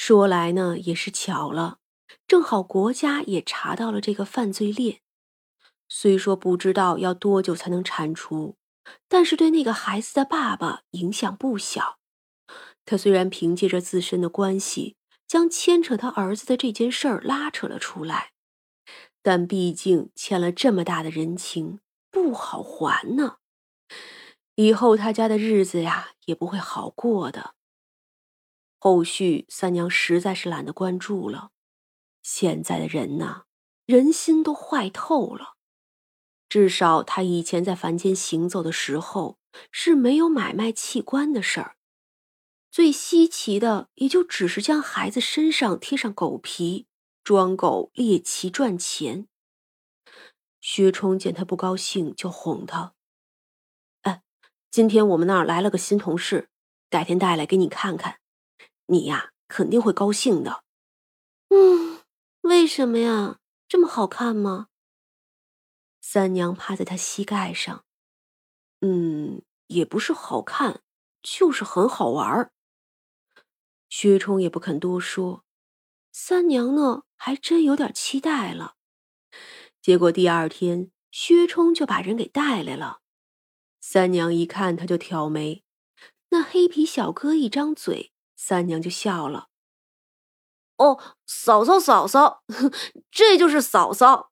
说来呢，也是巧了，正好国家也查到了这个犯罪链。虽说不知道要多久才能铲除，但是对那个孩子的爸爸影响不小。他虽然凭借着自身的关系，将牵扯他儿子的这件事儿拉扯了出来，但毕竟欠了这么大的人情，不好还呢。以后他家的日子呀，也不会好过的。后续三娘实在是懒得关注了。现在的人呐，人心都坏透了。至少他以前在凡间行走的时候是没有买卖器官的事儿。最稀奇的也就只是将孩子身上贴上狗皮，装狗猎奇赚钱。薛冲见他不高兴，就哄他：哎，今天我们那儿来了个新同事，改天带来给你看看，你呀肯定会高兴的。为什么呀？这么好看吗？三娘趴在他膝盖上。也不是好看，就是很好玩儿。薛冲也不肯多说，三娘呢还真有点期待了。结果第二天，薛冲就把人给带来了。三娘一看他就挑眉，那黑皮小哥一张嘴，三娘就笑了。 哦，嫂嫂嫂嫂，这就是嫂嫂。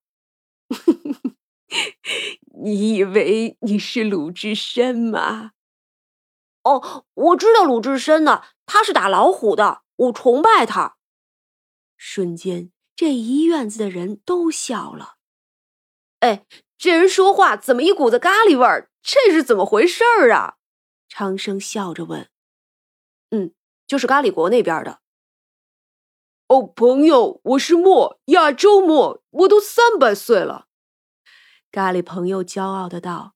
你以为你是鲁智深吗？ 哦，我知道鲁智深呢，他是打老虎的，我崇拜他。 瞬间，这一院子的人都笑了。 哎，这人说话怎么一股子咖喱味儿？这是怎么回事儿啊？ 长生笑着问。 就是咖喱国那边的。 哦，朋友，我是莫，亚洲莫，我都300岁了。 咖喱朋友骄傲的道。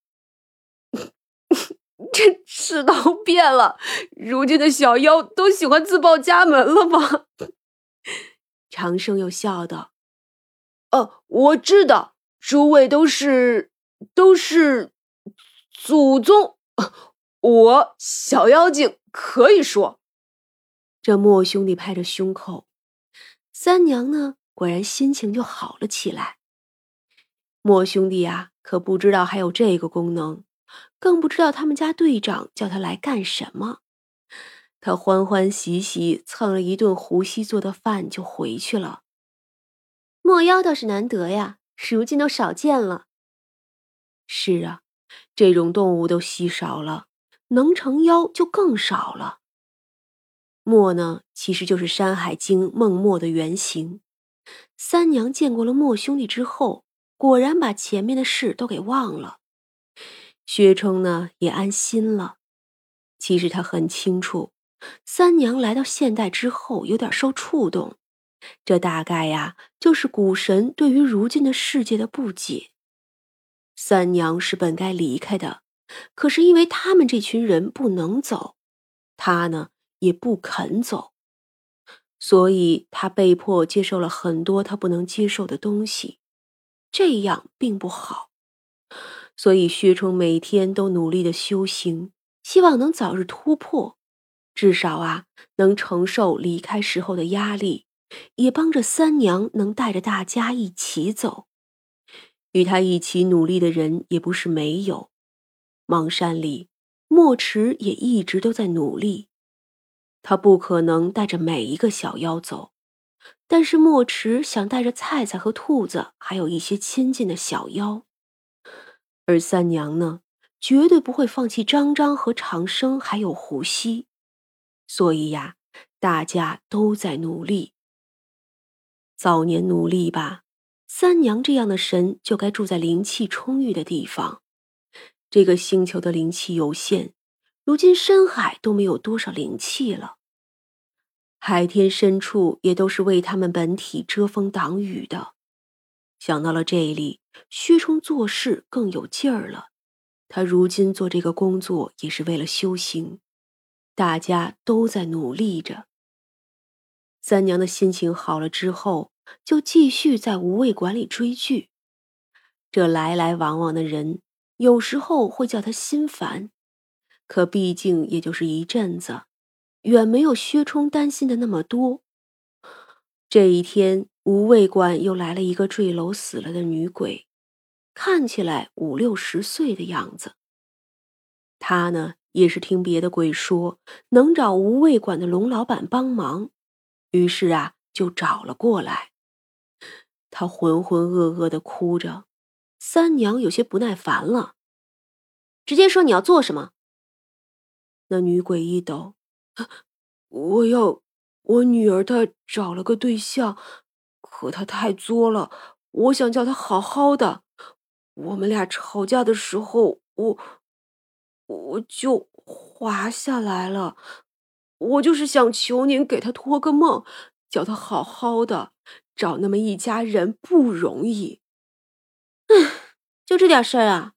这世道变了，如今的小妖都喜欢自报家门了吗？ 长生又笑道。 我知道，诸位都是祖宗，我小妖精可以说。 这莫兄弟拍着胸口，三娘呢，果然心情就好了起来。莫兄弟啊，可不知道还有这个功能，更不知道他们家队长叫他来干什么。他欢欢喜喜蹭了一顿胡西做的饭就回去了。 莫妖倒是难得呀，如今都少见了。 是啊，这种动物都稀少了，能成妖就更少了。墨呢，其实就是《山海经》孟墨的原型。三娘见过了墨兄弟之后，果然把前面的事都给忘了。薛冲呢，也安心了。其实他很清楚，三娘来到现代之后有点受触动，这大概呀，就是古神对于如今的世界的不解。三娘是本该离开的，可是因为他们这群人不能走，他呢也不肯走，所以他被迫接受了很多他不能接受的东西，这样并不好。所以薛冲每天都努力的修行，希望能早日突破，至少啊能承受离开时候的压力，也帮着三娘能带着大家一起走。与他一起努力的人也不是没有，邙山里墨池也一直都在努力。他不可能带着每一个小妖走，但是墨池想带着菜菜和兔子还有一些亲近的小妖。而三娘呢，绝对不会放弃张张和长生还有胡西。所以呀，大家都在努力。早年努力吧，三娘这样的神就该住在灵气充裕的地方。这个星球的灵气有限，如今深海都没有多少灵气了。海天深处也都是为他们本体遮风挡雨的。想到了这里，薛冲做事更有劲儿了。他如今做这个工作也是为了修行，大家都在努力着。三娘的心情好了之后，就继续在无味馆里追剧。这来来往往的人，有时候会叫他心烦，可毕竟也就是一阵子，远没有薛冲担心的那么多。 这一天，无味馆又来了一个坠楼死了的女鬼，看起来5、60岁的样子。她呢，也是听别的鬼说能找无味馆的龙老板帮忙，于是啊，就找了过来。她浑浑噩噩地哭着，三娘有些不耐烦了， 直接说你要做什么。 那女鬼一抖，我女儿她找了个对象，可她太作了，我想叫她好好的。我们俩吵架的时候，我就滑下来了。我就是想求您给她托个梦，叫她好好的。找那么一家人不容易。 就这点事儿啊？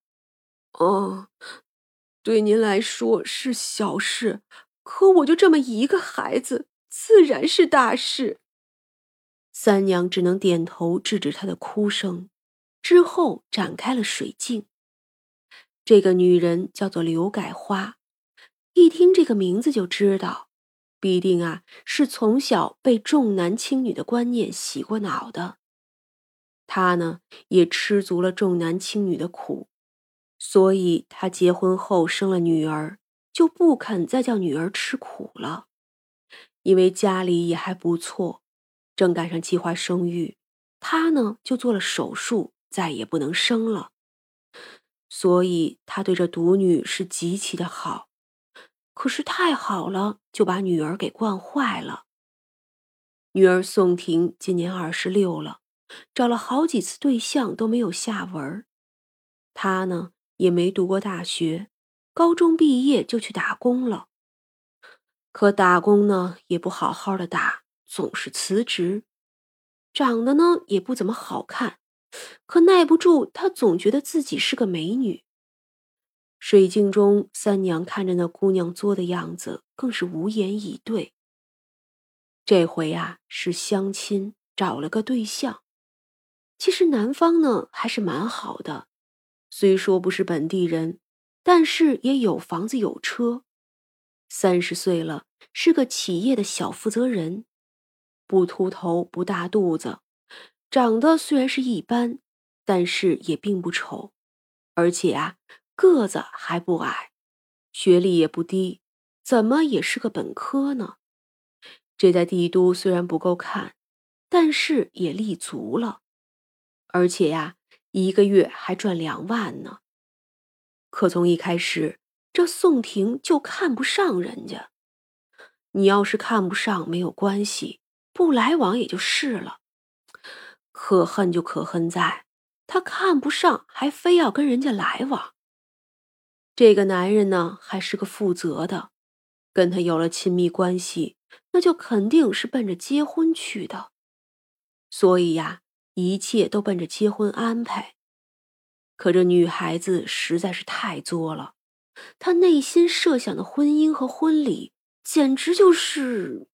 对您来说是小事，可我就这么一个孩子，自然是大事。三娘只能点头制止她的哭声，之后展开了水镜。这个女人叫做刘改花，一听这个名字就知道，必定啊是从小被重男轻女的观念洗过脑的。她呢也吃足了重男轻女的苦，所以她结婚后生了女儿，就不肯再叫女儿吃苦了。因为家里也还不错，正赶上计划生育，她呢就做了手术，再也不能生了。所以她对这独女是极其的好，可是太好了，就把女儿给惯坏了。女儿宋婷今年26了，找了好几次对象都没有下文。她呢也没读过大学，高中毕业就去打工了。可打工呢也不好好的打，总是辞职。长得呢也不怎么好看，可耐不住她总觉得自己是个美女。水镜中三娘看着那姑娘作的样子，更是无言以对。这回啊是相亲，找了个对象。其实男方呢还是蛮好的，虽说不是本地人，但是也有房子有车。30岁了，是个企业的小负责人，不秃头不大肚子，长得虽然是一般，但是也并不丑，而且啊个子还不矮，学历也不低，怎么也是个本科呢？这在帝都虽然不够看，但是也立足了，而且呀，1个月还赚2万呢。可从一开始，这宋婷就看不上人家。你要是看不上没有关系，不来往也就是了。可恨就可恨在，他看不上还非要跟人家来往。这个男人呢，还是个负责的，跟他有了亲密关系，那就肯定是奔着结婚去的。所以呀，一切都奔着结婚安排。可这女孩子实在是太作了，她内心设想的婚姻和婚礼，简直就是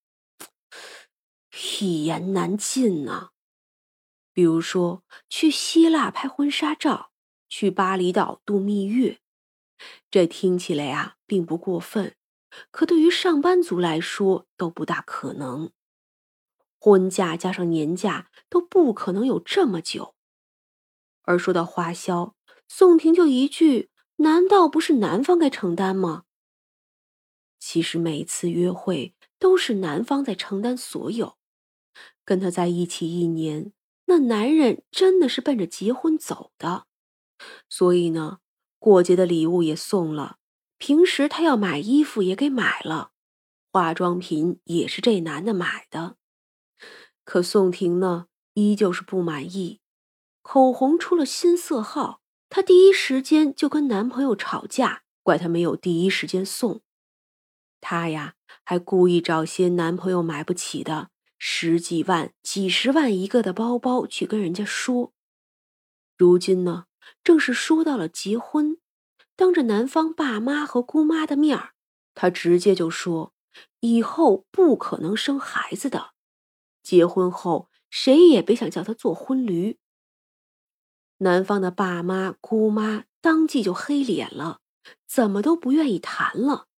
一言难尽啊。比如说，去希腊拍婚纱照，去巴厘岛度蜜月，这听起来啊并不过分，可对于上班族来说都不大可能。婚假加上年假都不可能有这么久。而说到花销，宋婷就一句，难道不是男方该承担吗？其实每次约会都是男方在承担所有。跟他在一起1年，那男人真的是奔着结婚走的。所以呢，过节的礼物也送了，平时他要买衣服也给买了，化妆品也是这男的买的。可宋婷呢，依旧是不满意。口红出了新色号，她第一时间就跟男朋友吵架，怪他没有第一时间送。她呀，还故意找些男朋友买不起的10几万、几十万一个的包包去跟人家说。如今呢，正是说到了结婚，当着男方爸妈和姑妈的面儿，她直接就说，以后不可能生孩子的，结婚后谁也别想叫她做婚驴。男方的爸妈、姑妈当即就黑脸了，怎么都不愿意谈了。